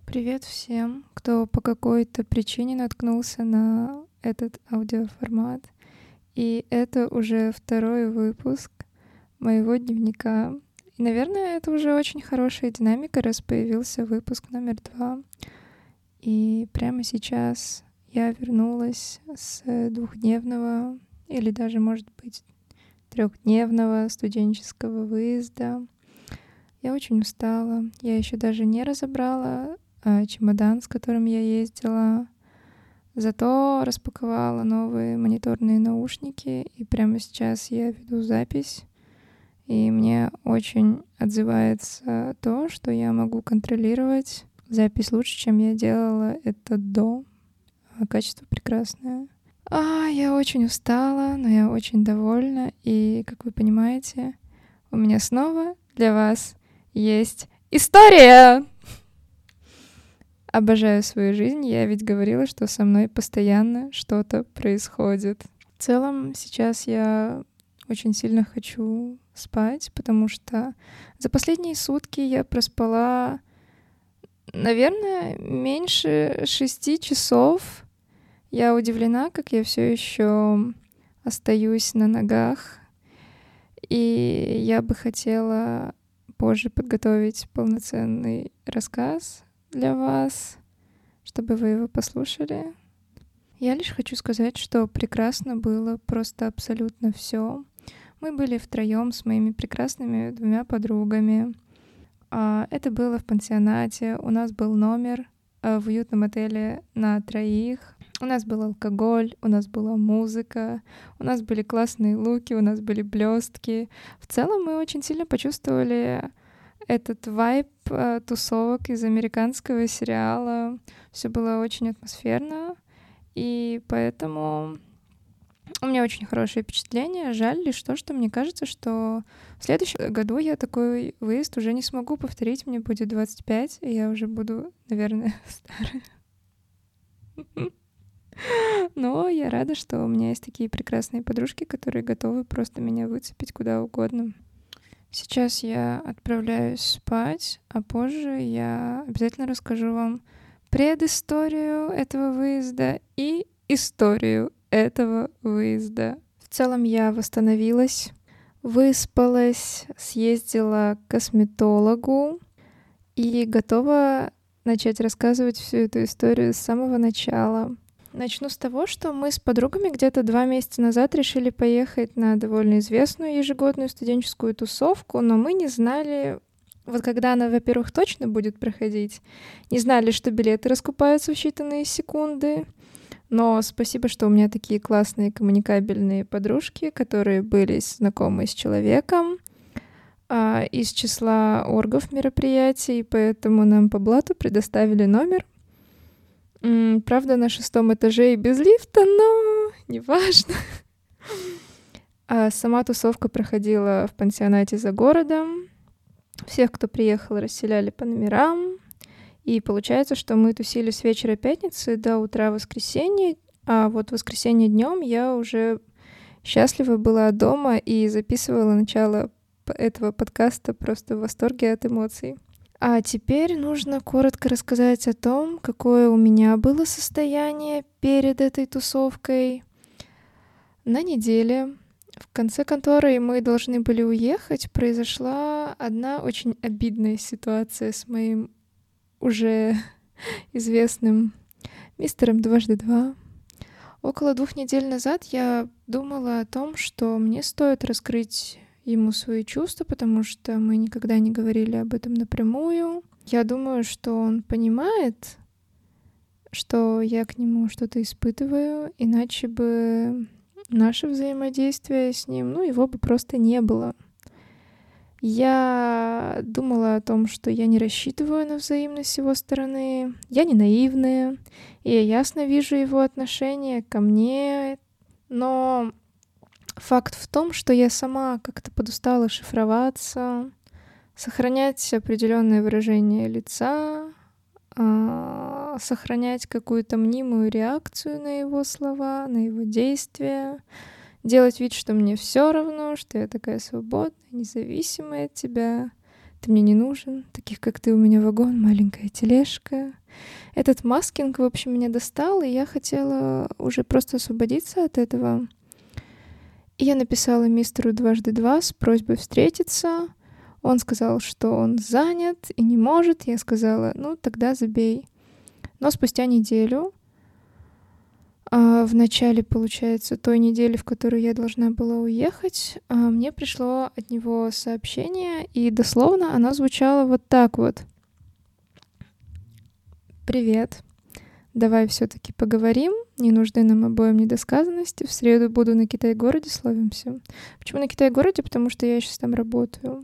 Привет всем, кто по какой-то причине наткнулся на этот аудиоформат. И это уже второй выпуск моего дневника. И, наверное, это уже очень хорошая динамика, раз появился выпуск номер 2. И прямо сейчас я вернулась с двухдневного или даже, может быть, трехдневного студенческого выезда. Я очень устала. Я еще даже не разобрала чемодан, с которым я ездила. Зато распаковала новые мониторные наушники, и прямо сейчас я веду запись. И мне очень отзывается то, что я могу контролировать запись лучше, чем я делала это до. Качество прекрасное. Я очень устала, но я очень довольна. И, как вы понимаете, у меня снова для вас есть история! Обожаю свою жизнь. Я ведь говорила, что со мной постоянно что-то происходит. В целом, сейчас я очень сильно хочу спать, потому что за последние сутки я проспала, наверное, меньше 6 часов. Я удивлена, как я все еще остаюсь на ногах. И я бы хотела позже подготовить полноценный рассказ для вас, чтобы вы его послушали. Я лишь хочу сказать, что прекрасно было просто абсолютно все. Мы были втроем с моими прекрасными двумя подругами. Это было в пансионате. У нас был номер в уютном отеле на троих. У нас был алкоголь, у нас была музыка, у нас были классные луки, у нас были блестки. В целом мы очень сильно почувствовали этот вайб тусовок из американского сериала. Все было очень атмосферно, и поэтому у меня очень хорошее впечатление. Жаль лишь то, что мне кажется, что в следующем году я такой выезд уже не смогу повторить. Мне будет 25, и я уже буду, наверное, старая. Но я рада, что у меня есть такие прекрасные подружки, которые готовы просто меня выцепить куда угодно. Сейчас я отправляюсь спать, а позже я обязательно расскажу вам предысторию этого выезда и историю этого выезда. В целом я восстановилась, выспалась, съездила к косметологу и готова начать рассказывать всю эту историю с самого начала. Начну с того, что мы с подругами где-то 2 месяца назад решили поехать на довольно известную ежегодную студенческую тусовку, но мы не знали, вот когда она, во-первых, точно будет проходить, не знали, что билеты раскупаются в считанные секунды, но спасибо, что у меня такие классные коммуникабельные подружки, которые были знакомы с человеком из числа оргов мероприятий, поэтому нам по блату предоставили номер. Правда, на 6 этаже и без лифта, но неважно. Сама тусовка проходила в пансионате за городом. Всех, кто приехал, расселяли по номерам. И получается, что мы тусили с вечера пятницы до утра воскресенья. А вот в воскресенье днем я уже счастлива была дома и записывала начало этого подкаста просто в восторге от эмоций. А теперь нужно коротко рассказать о том, какое у меня было состояние перед этой тусовкой. На неделе, в конце которой мы должны были уехать, произошла одна очень обидная ситуация с моим уже известным мистером 2x2. Около 2 недель назад я думала о том, что мне стоит раскрыть ему свои чувства, потому что мы никогда не говорили об этом напрямую. Я думаю, что он понимает, что я к нему что-то испытываю, иначе бы наше взаимодействие с ним, его бы просто не было. Я думала о том, что я не рассчитываю на взаимность с его стороны, я не наивная, и я ясно вижу его отношение ко мне, но факт в том, что я сама как-то подустала шифроваться, сохранять определенное выражение лица, сохранять какую-то мнимую реакцию на его слова, на его действия, делать вид, что мне все равно, что я такая свободная, независимая от тебя. ты мне не нужен, таких как ты у меня вагон, маленькая тележка. Этот маскинг, в общем, меня достал, и я хотела уже просто освободиться от этого. И я написала мистеру 2x2 с просьбой встретиться. Он сказал, что он занят и не может. Я сказала, ну, тогда забей. Но спустя неделю, в начале, получается, той недели, в которую я должна была уехать, мне пришло от него сообщение, и дословно оно звучало вот так вот. «Привет. Давай все-таки поговорим. Не нужны нам обоим недосказанности. В среду буду на Китай-городе, словимся». Почему на Китай-городе? Потому что я сейчас там работаю.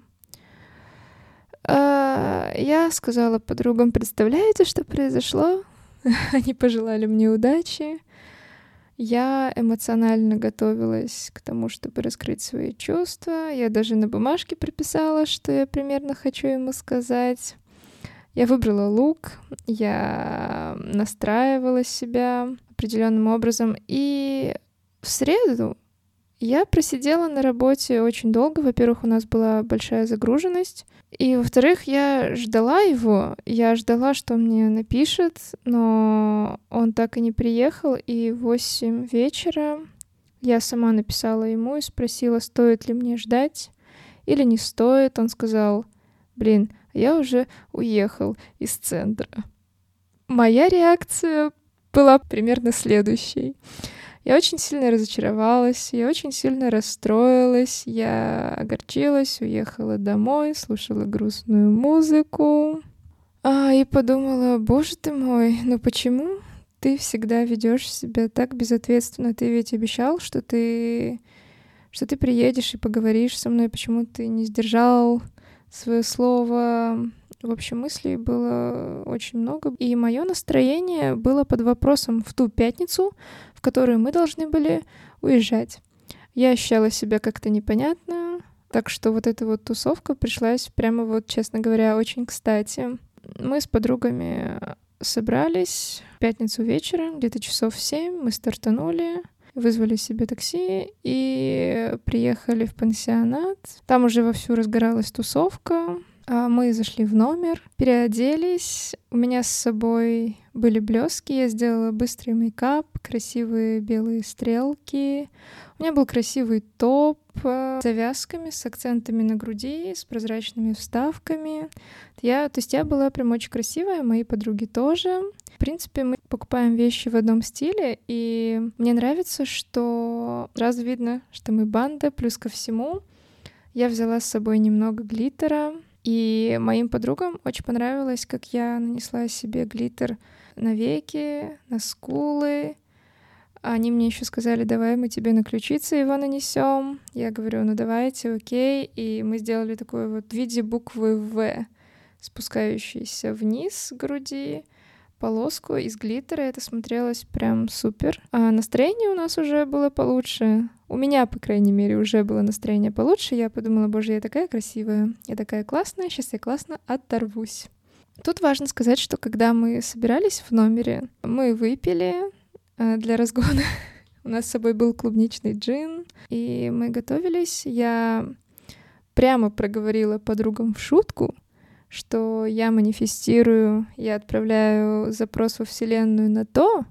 Я сказала подругам, представляете, что произошло? Они пожелали мне удачи. Я эмоционально готовилась к тому, чтобы раскрыть свои чувства. Я даже на бумажке прописала, что я примерно хочу ему сказать. Я выбрала лук, я настраивала себя определенным образом. И в среду я просидела на работе очень долго. Во-первых, у нас была большая загруженность. И, во-вторых, я ждала его. Я ждала, что он мне напишет, но он так и не приехал. И в 8 вечера я сама написала ему и спросила, стоит ли мне ждать или не стоит. Он сказал, блин, я уже уехал из центра. Моя реакция была примерно следующей. Я очень сильно разочаровалась, я очень сильно расстроилась, я огорчилась, уехала домой, слушала грустную музыку и подумала, боже ты мой, ну почему ты всегда ведешь себя так безответственно? Ты ведь обещал, что ты приедешь и поговоришь со мной, почему ты не сдержал свое слово? В общем, мыслей было очень много. И мое настроение было под вопросом в ту пятницу, в которую мы должны были уезжать. Я ощущала себя как-то непонятно, так что вот эта вот тусовка пришлась прямо вот, честно говоря, очень кстати. Мы с подругами собрались в пятницу вечером, где-то часов в 7, мы стартанули, вызвали себе такси и приехали в пансионат. Там уже вовсю разгоралась тусовка. Мы зашли в номер, переоделись. У меня с собой были блески, я сделала быстрый мейкап, красивые белые стрелки. У меня был красивый топ с завязками, с акцентами на груди, с прозрачными вставками. То есть я была прям очень красивая, мои подруги тоже. В принципе, мы покупаем вещи в одном стиле, и мне нравится, что сразу видно, что мы банда, плюс ко всему я взяла с собой немного глиттера. И моим подругам очень понравилось, как я нанесла себе глиттер на веки, на скулы. Они мне еще сказали, давай мы тебе на ключицы его нанесем. Я говорю, ну давайте, окей. И мы сделали такой вот в виде буквы «В», спускающейся вниз с груди, полоску из глиттера. Это смотрелось прям супер. А настроение у нас уже было получше. У меня, по крайней мере, уже было настроение получше. Я подумала, боже, я такая красивая, я такая классная, сейчас я классно оторвусь. Тут важно сказать, что когда мы собирались в номере, мы выпили для разгона. У нас с собой был клубничный джин, и мы готовились. Я прямо проговорила подругам в шутку, что я манифестирую, я отправляю запрос во Вселенную на то,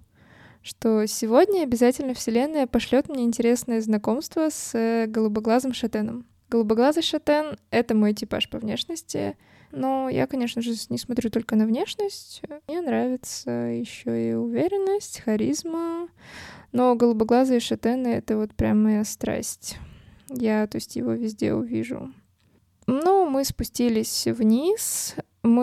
что сегодня обязательно Вселенная пошлет мне интересное знакомство с голубоглазым шатеном. Голубоглазый шатен — это мой типаж по внешности, но я, конечно же, не смотрю только на внешность. Мне нравится еще и уверенность, харизма, но голубоглазые шатены — это вот прям моя страсть. Я, то есть, его везде увижу. Ну, мы спустились вниз,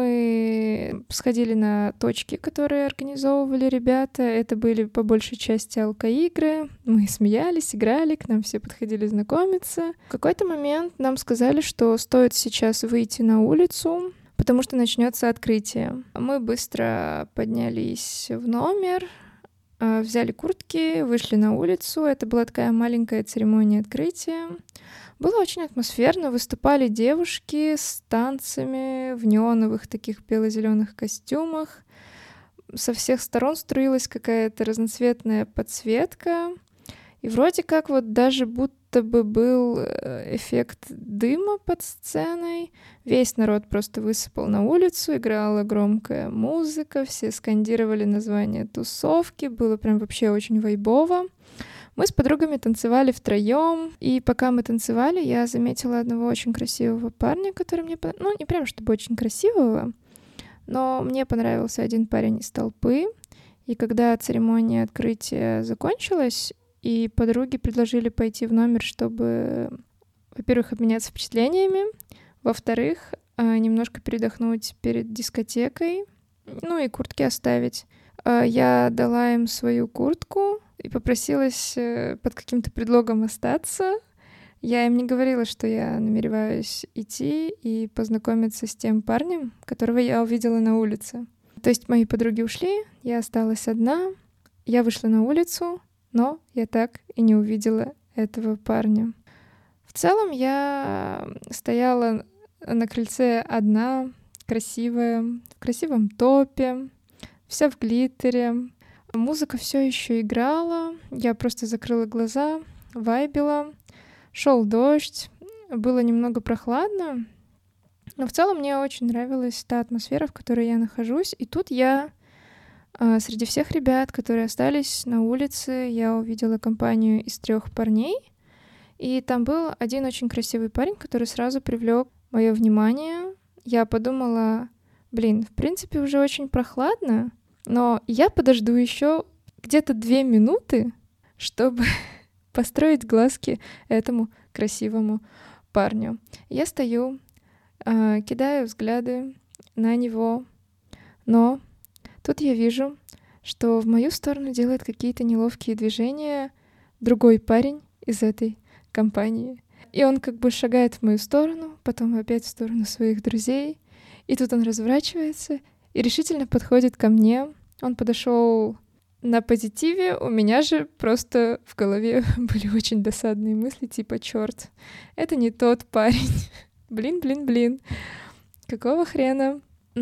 мы сходили на точки, которые организовывали ребята. Это были по большей части алкоигры. Мы смеялись, играли, к нам все подходили знакомиться. В какой-то момент нам сказали, что стоит сейчас выйти на улицу, потому что начнется открытие. Мы быстро поднялись в номер, взяли куртки, вышли на улицу. Это была такая маленькая церемония открытия. Было очень атмосферно, выступали девушки с танцами в неоновых таких бело-зеленых костюмах. Со всех сторон струилась какая-то разноцветная подсветка. И вроде как вот даже будто бы был эффект дыма под сценой. Весь народ просто высыпал на улицу, играла громкая музыка, все скандировали название тусовки, было прям вообще очень вайбово. Мы с подругами танцевали втроем, и пока мы танцевали, я заметила одного очень красивого парня, который мне... Ну, не прям чтобы очень красивого, но мне понравился один парень из толпы. И когда церемония открытия закончилась, и подруги предложили пойти в номер, чтобы, во-первых, обменяться впечатлениями, во-вторых, немножко передохнуть перед дискотекой, ну и куртки оставить. Я дала им свою куртку и попросилась под каким-то предлогом остаться. Я им не говорила, что я намереваюсь идти и познакомиться с тем парнем, которого я увидела на улице. То есть мои подруги ушли, я осталась одна, я вышла на улицу, но я так и не увидела этого парня. В целом я стояла на крыльце одна, красивая, в красивом топе, вся в глиттере. Музыка все еще играла, я просто закрыла глаза, вайбила. Шел дождь, было немного прохладно, но в целом мне очень нравилась та атмосфера, в которой я нахожусь. И тут я среди всех ребят, которые остались на улице, я увидела компанию из 3 парней. И там был один очень красивый парень, который сразу привлек мое внимание. Я подумала, в принципе, уже очень прохладно, но я подожду еще где-то 2 минуты, чтобы построить глазки этому красивому парню. Я стою, кидаю взгляды на него, но тут я вижу, что в мою сторону делает какие-то неловкие движения другой парень из этой компании. И он как бы шагает в мою сторону, потом опять в сторону своих друзей. И тут он разворачивается и решительно подходит ко мне. Он подошел на позитиве, у меня же просто в голове были очень досадные мысли, типа, чёрт, это не тот парень. Блин. Какого хрена?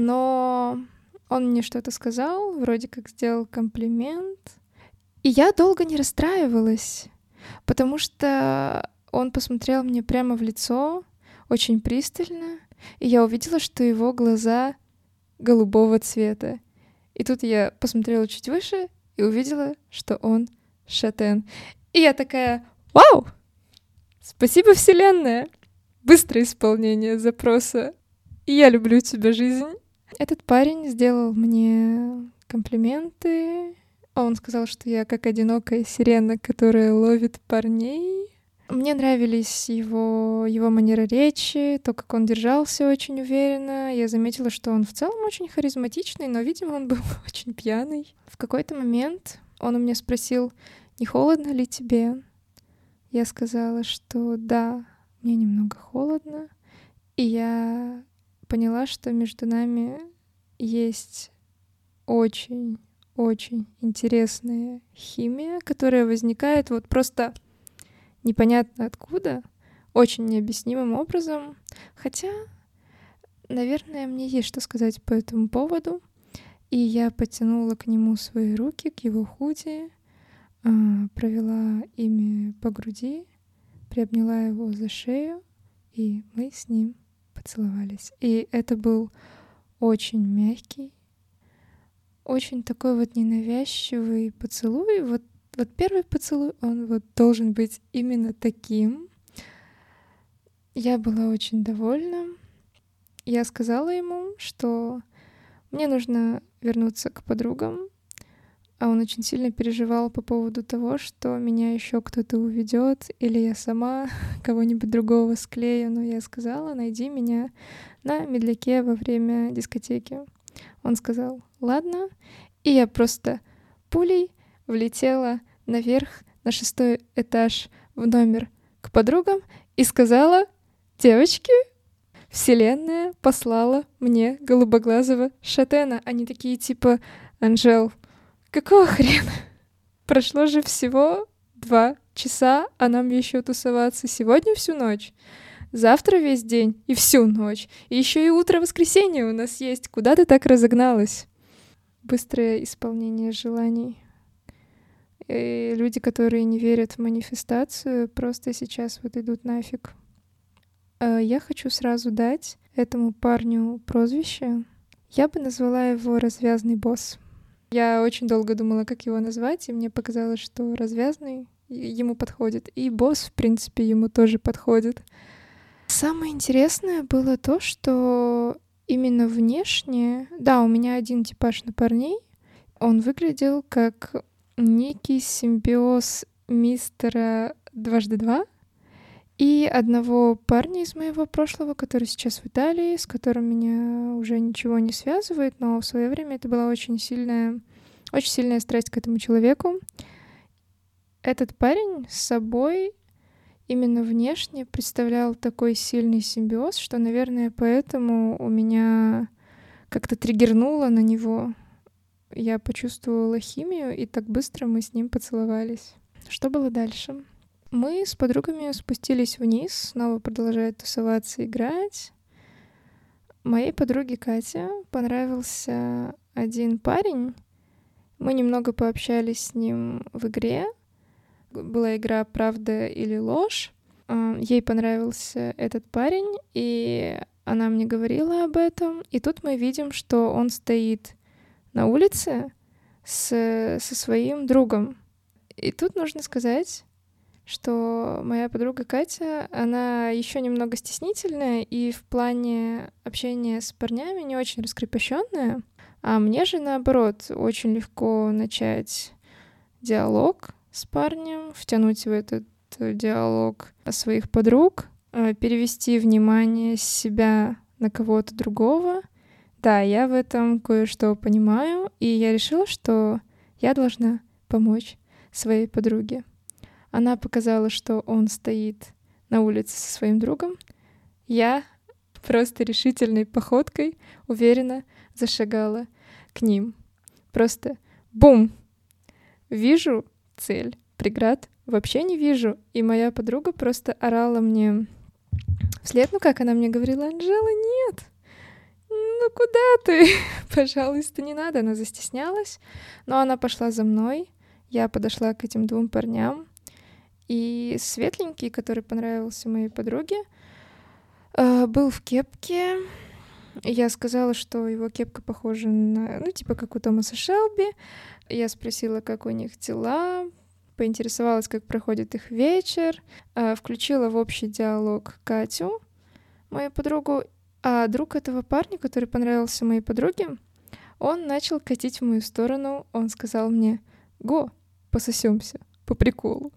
Но он мне что-то сказал, вроде как сделал комплимент. И я долго не расстраивалась, потому что он посмотрел мне прямо в лицо, очень пристально, и я увидела, что его глаза голубого цвета. И тут я посмотрела чуть выше и увидела, что он шатен. И я такая: вау! Спасибо, Вселенная! Быстрое исполнение запроса. Я люблю тебя, жизнь. Этот парень сделал мне комплименты. Он сказал, что я как одинокая сирена, которая ловит парней. Мне нравились его манера речи, то, как он держался очень уверенно. Я заметила, что он в целом очень харизматичный, но, видимо, он был очень пьяный. В какой-то момент он у меня спросил: не холодно ли тебе? Я сказала, что да, мне немного холодно. И я поняла, что между нами есть очень-очень интересная химия, которая возникает вот просто непонятно откуда, очень необъяснимым образом. Хотя, наверное, мне есть что сказать по этому поводу. И я потянула к нему свои руки, к его худи, провела ими по груди, приобняла его за шею, и мы с ним поцеловались. И это был очень мягкий, очень такой вот ненавязчивый поцелуй. Вот первый поцелуй, он вот должен быть именно таким. Я была очень довольна. Я сказала ему, что мне нужно вернуться к подругам, а он очень сильно переживал по поводу того, что меня еще кто-то уведет, или я сама кого-нибудь другого склею. Но я сказала: найди меня на медляке во время дискотеки. Он сказал: ладно. И я просто пулей влетела наверх на 6-й этаж в номер к подругам и сказала: девочки, Вселенная послала мне голубоглазого шатена. Они такие типа: Анжел, какого хрена? Прошло же всего 2 часа, а нам еще тусоваться сегодня всю ночь, завтра весь день и всю ночь. И еще и утро воскресенья у нас есть. Куда ты так разогналась? Быстрое исполнение желаний. И люди, которые не верят в манифестацию, просто сейчас вот идут нафиг. Я хочу сразу дать этому парню прозвище. Я бы назвала его «Развязный босс». Я очень долго думала, как его назвать, и мне показалось, что «Развязный» ему подходит. И «Босс», в принципе, ему тоже подходит. Самое интересное было то, что именно внешне... Да, у меня один типаж на парней. Он выглядел как некий симбиоз мистера 2x2 и одного парня из моего прошлого, который сейчас в Италии, с которым меня уже ничего не связывает, но в свое время это была очень сильная страсть к этому человеку. Этот парень с собой именно внешне представлял такой сильный симбиоз, что, наверное, поэтому у меня как-то триггернуло на него. Я почувствовала химию, и так быстро мы с ним поцеловались. Что было дальше? Мы с подругами спустились вниз, снова продолжая тусоваться, играть. Моей подруге Кате понравился один парень. Мы немного пообщались с ним в игре. Была игра «Правда или ложь». Ей понравился этот парень, и она мне говорила об этом. И тут мы видим, что он стоит на улице со своим другом. И тут нужно сказать, что моя подруга Катя, она еще немного стеснительная и в плане общения с парнями не очень раскрепощенная. А мне же, наоборот, очень легко начать диалог с парнем, втянуть в этот диалог своих подруг, перевести внимание с себя на кого-то другого. Да, я в этом кое-что понимаю, и я решила, что я должна помочь своей подруге. Она показала, что он стоит на улице со своим другом. Я просто решительной походкой уверенно зашагала к ним. Просто бум! Вижу цель, преград вообще не вижу. И моя подруга просто орала мне вслед. Ну как она мне говорила: «Анжела, нет! Ну куда ты? Пожалуйста, не надо». Она застеснялась, но она пошла за мной. Я подошла к этим двум парням. И светленький, который понравился моей подруге, был в кепке. Я сказала, что его кепка похожа на... типа как у Томаса Шелби. Я спросила, как у них дела, поинтересовалась, как проходит их вечер, включила в общий диалог Катю, мою подругу, а друг этого парня, который понравился моей подруге, он начал катить в мою сторону. Он сказал мне: «Го, пососемся по приколу».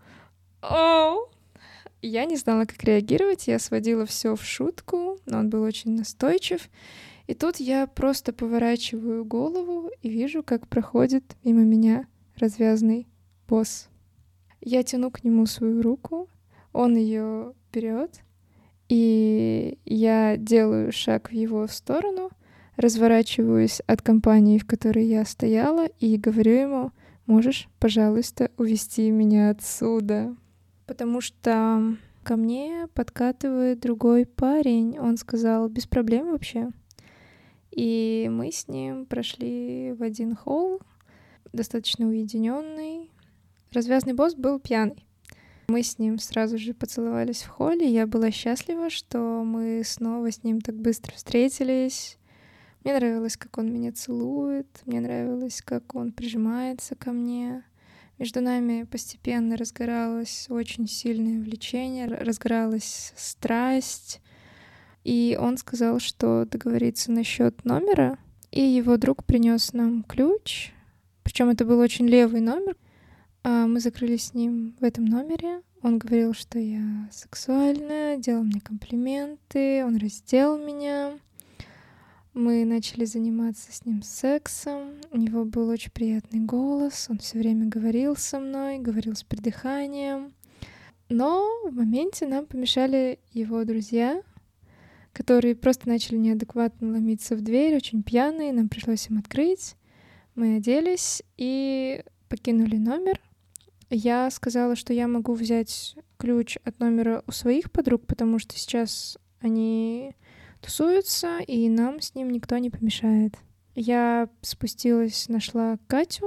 Я не знала, как реагировать, я сводила все в шутку, но он был очень настойчив. И тут я просто поворачиваю голову и вижу, как проходит мимо меня развязный босс. Я тяну к нему свою руку, он ее берет, и я делаю шаг в его сторону, разворачиваюсь от компании, в которой я стояла, и говорю ему: «Можешь, пожалуйста, увести меня отсюда?» Потому что ко мне подкатывает другой парень. Он сказал: «Без проблем вообще». И мы с ним прошли в один холл, достаточно уединенный. Развязный босс был пьяный. Мы с ним сразу же поцеловались в холле. Я была счастлива, что мы снова с ним так быстро встретились. Мне нравилось, как он меня целует. Мне нравилось, как он прижимается ко мне. Между нами постепенно разгоралось очень сильное влечение, разгоралась страсть. И он сказал, что договорится насчет номера, и его друг принес нам ключ. Причем это был очень левый номер. Мы закрылись с ним в этом номере. Он говорил, что я сексуальная, делал мне комплименты, он раздел меня. Мы начали заниматься с ним сексом. У него был очень приятный голос. Он все время говорил со мной, говорил с придыханием. Но в моменте нам помешали его друзья, которые просто начали неадекватно ломиться в дверь, очень пьяные. Нам пришлось им открыть. Мы оделись и покинули номер. Я сказала, что я могу взять ключ от номера у своих подруг, потому что сейчас они тусуются, и нам с ним никто не помешает. Я спустилась, нашла Катю.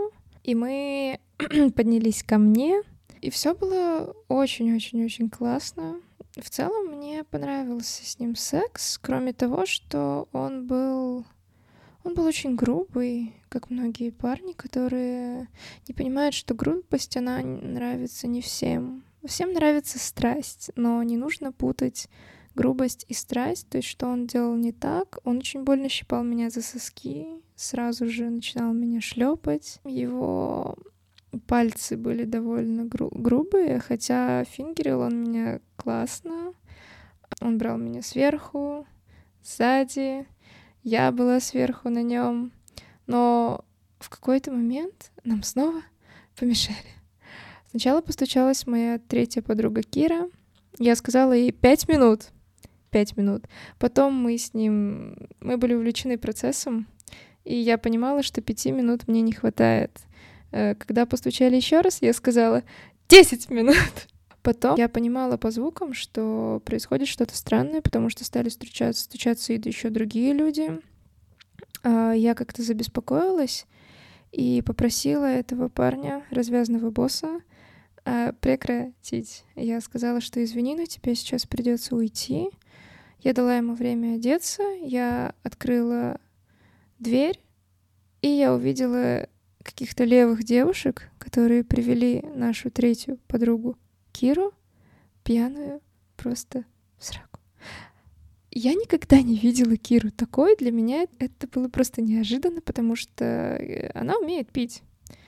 И мы поднялись ко мне, и все было очень-очень-очень классно. В целом мне понравился с ним секс, кроме того, что он был очень грубый, как многие парни, которые не понимают, что грубость, она нравится не всем. Всем нравится страсть, но не нужно путать грубость и страсть. То есть, что он делал не так. Он очень больно щипал меня за соски, сразу же начинал меня шлепать. Его пальцы были довольно грубые, хотя фингерил он меня классно. Он брал меня сверху, сзади. Я была сверху на нем, но в какой-то момент нам снова помешали. Сначала постучалась моя третья подруга Кира. Я сказала ей 5 минут. 5 минут. Потом мы были увлечены процессом, и я понимала, что 5 минут мне не хватает. Когда постучали еще раз, я сказала 10 минут. Потом я понимала по звукам, что происходит что-то странное, потому что стали стучаться и еще другие люди. Я как-то забеспокоилась и попросила этого парня, развязного босса, прекратить. Я сказала, что извини, но тебе сейчас придется уйти. Я дала ему время одеться, я открыла дверь, и я увидела каких-то левых девушек, которые привели нашу третью подругу Киру, пьяную, просто в сраку. Я никогда не видела Киру такой. Для меня это было просто неожиданно, потому что она умеет пить.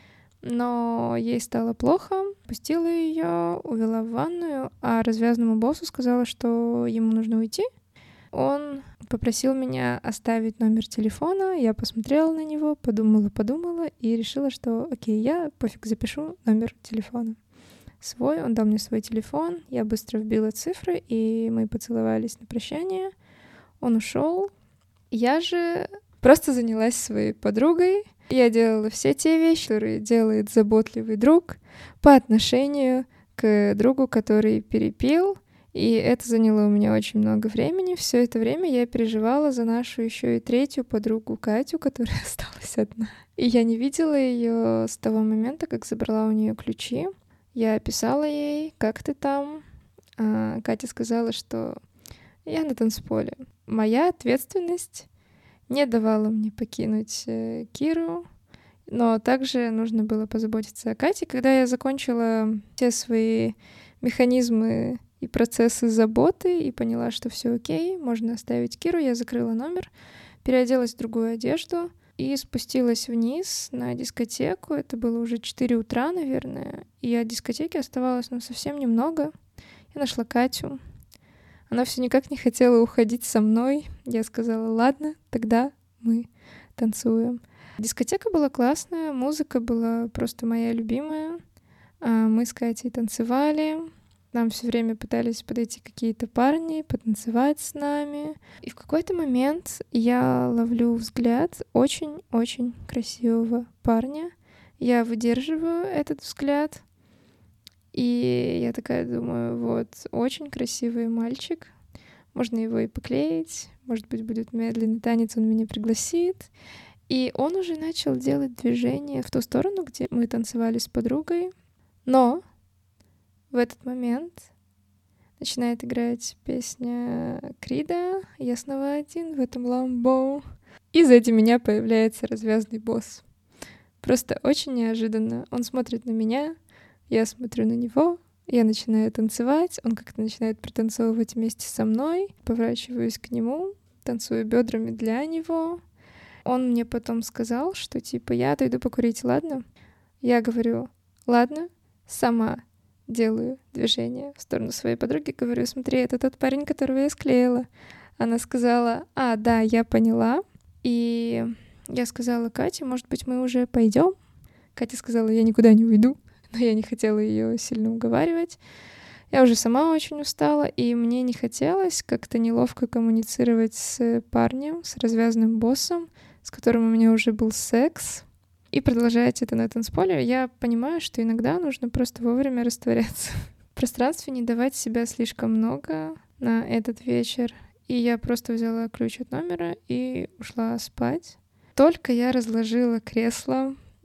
Но ей стало плохо, пустила ее, увела в ванную, а развязному боссу сказала, что ему нужно уйти. Он попросил меня оставить номер телефона. Я посмотрела на него, подумала и решила, что окей, я пофиг, запишу номер телефона свой. Он дал мне свой телефон, я быстро вбила цифры, и мы поцеловались на прощание. Он ушел. Я же просто занялась своей подругой. Я делала все те вещи, которые делает заботливый друг по отношению к другу, который перепил. И это заняло у меня очень много времени. Все это время я переживала за нашу еще и третью подругу Катю, которая осталась одна. И я не видела ее с того момента, как забрала у нее ключи. Я писала ей, как ты там? Катя сказала, что я на танцполе. Моя ответственность не давала мне покинуть Киру, но также нужно было позаботиться о Кате. Когда я закончила все свои механизмы и процессы заботы и поняла, что все окей, можно оставить Киру, я закрыла номер, переоделась в другую одежду и спустилась вниз на дискотеку. Это было уже 4 утра, наверное, и от дискотеки оставалось совсем немного. Я нашла Катю. Она все никак не хотела уходить со мной. Я сказала, ладно, тогда мы танцуем. Дискотека была классная, музыка была просто моя любимая. Мы с Катей танцевали. Нам все время пытались подойти какие-то парни, потанцевать с нами. И в какой-то момент я ловлю взгляд очень-очень красивого парня. Я выдерживаю этот взгляд. И я такая думаю, вот, очень красивый мальчик. Можно его и поклеить. Может быть, будет медленный танец, он меня пригласит. И он уже начал делать движение в ту сторону, где мы танцевали с подругой. Но в этот момент начинает играть песня Крида «Я снова один в этом ламбо». И сзади меня появляется развязный босс. Просто очень неожиданно. Он смотрит на меня, я смотрю на него, я начинаю танцевать, он как-то начинает пританцовывать вместе со мной, поворачиваюсь к нему, танцую бедрами для него. Он мне потом сказал, что типа я отойду покурить, ладно? Я говорю, ладно, сама делаю движение в сторону своей подруги, говорю, смотри, это тот парень, которого я склеила. Она сказала, да, я поняла. И я сказала Кате, может быть, мы уже пойдем? Катя сказала, я никуда не уйду, но я не хотела ее сильно уговаривать. Я уже сама очень устала, и мне не хотелось как-то неловко коммуницировать с парнем, с развязанным боссом, с которым у меня уже был секс. И продолжать это на танцполе, я понимаю, что иногда нужно просто вовремя растворяться. В пространстве не давать себя слишком много на этот вечер. И я просто взяла ключ от номера и ушла спать. Только я разложила кресло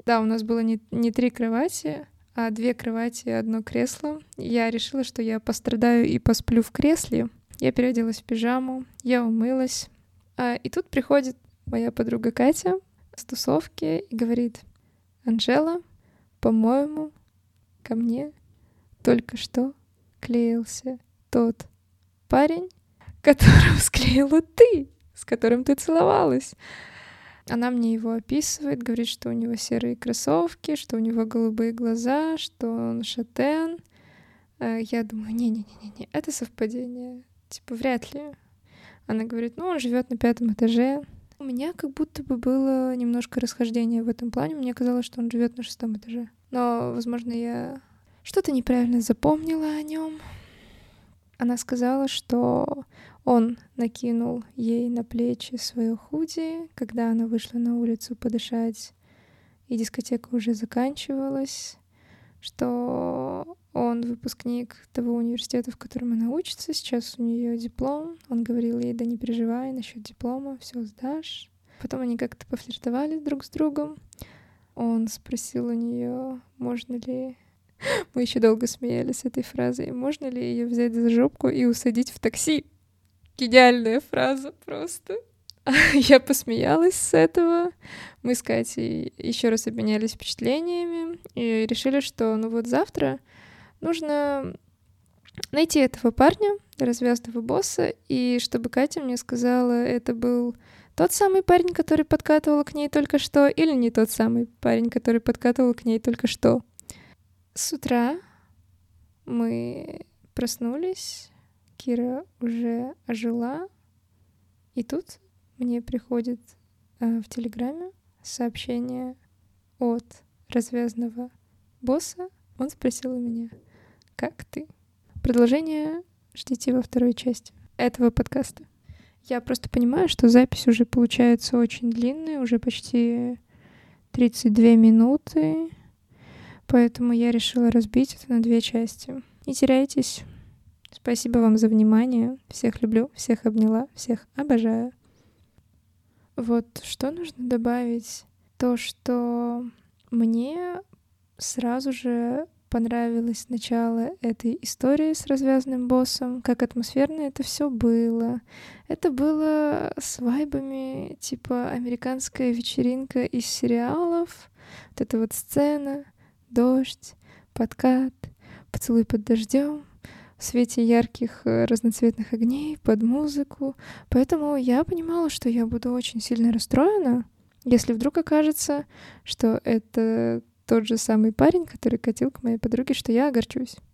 Да, у нас было не 3 кровати, а 2 кровати и 1 кресло. Я решила, что я пострадаю и посплю в кресле. Я переоделась в пижаму, я умылась. И тут приходит моя подруга Катя с тусовки и говорит: «Анжела, по-моему, ко мне только что клеился тот парень, которого склеила ты, с которым ты целовалась». Она мне его описывает, говорит, что у него серые кроссовки, что у него голубые глаза, что он шатен. Я думаю, не-не-не, это совпадение. Типа, вряд ли. Она говорит, ну, он живет на 5-м этаже. У меня как будто бы было немножко расхождение в этом плане. Мне казалось, что он живет на 6-м этаже. Но, возможно, я что-то неправильно запомнила о нем. Она сказала, что он накинул ей на плечи свое худи, когда она вышла на улицу подышать, и дискотека уже заканчивалась, что он выпускник того университета, в котором она учится, сейчас у нее диплом. Он говорил ей, да не переживай насчет диплома, все сдашь. Потом они как-то пофлиртовали друг с другом. Он спросил у нее, можно ли... Мы еще долго смеялись с этой фразой. Можно ли ее взять за жопку и усадить в такси? Гениальная фраза просто. Я посмеялась с этого. Мы с Катей еще раз обменялись впечатлениями и решили, что ну вот завтра нужно найти этого парня, развязного босса, и чтобы Катя мне сказала, это был тот самый парень, который подкатывал к ней только что, или не тот самый парень, который подкатывал к ней только что. С утра мы проснулись, Кира уже ожила, и тут мне приходит в Телеграме сообщение от развязного босса. Он спросил у меня, как ты? Продолжение ждите во 2-й части этого подкаста. Я просто понимаю, что запись уже получается очень длинная, уже почти 32 минуты. Поэтому я решила разбить это на 2 части. Не теряйтесь. Спасибо вам за внимание. Всех люблю, всех обняла, всех обожаю. Вот что нужно добавить? То, что мне сразу же понравилось начало этой истории с развязанным боссом, как атмосферно это все было. Это было с вайбами типа американская вечеринка из сериалов. Вот эта вот сцена. Дождь, подкат, поцелуй под дождем, в свете ярких разноцветных огней, под музыку. Поэтому я понимала, что я буду очень сильно расстроена, если вдруг окажется, что это тот же самый парень, который катил к моей подруге, что я огорчусь.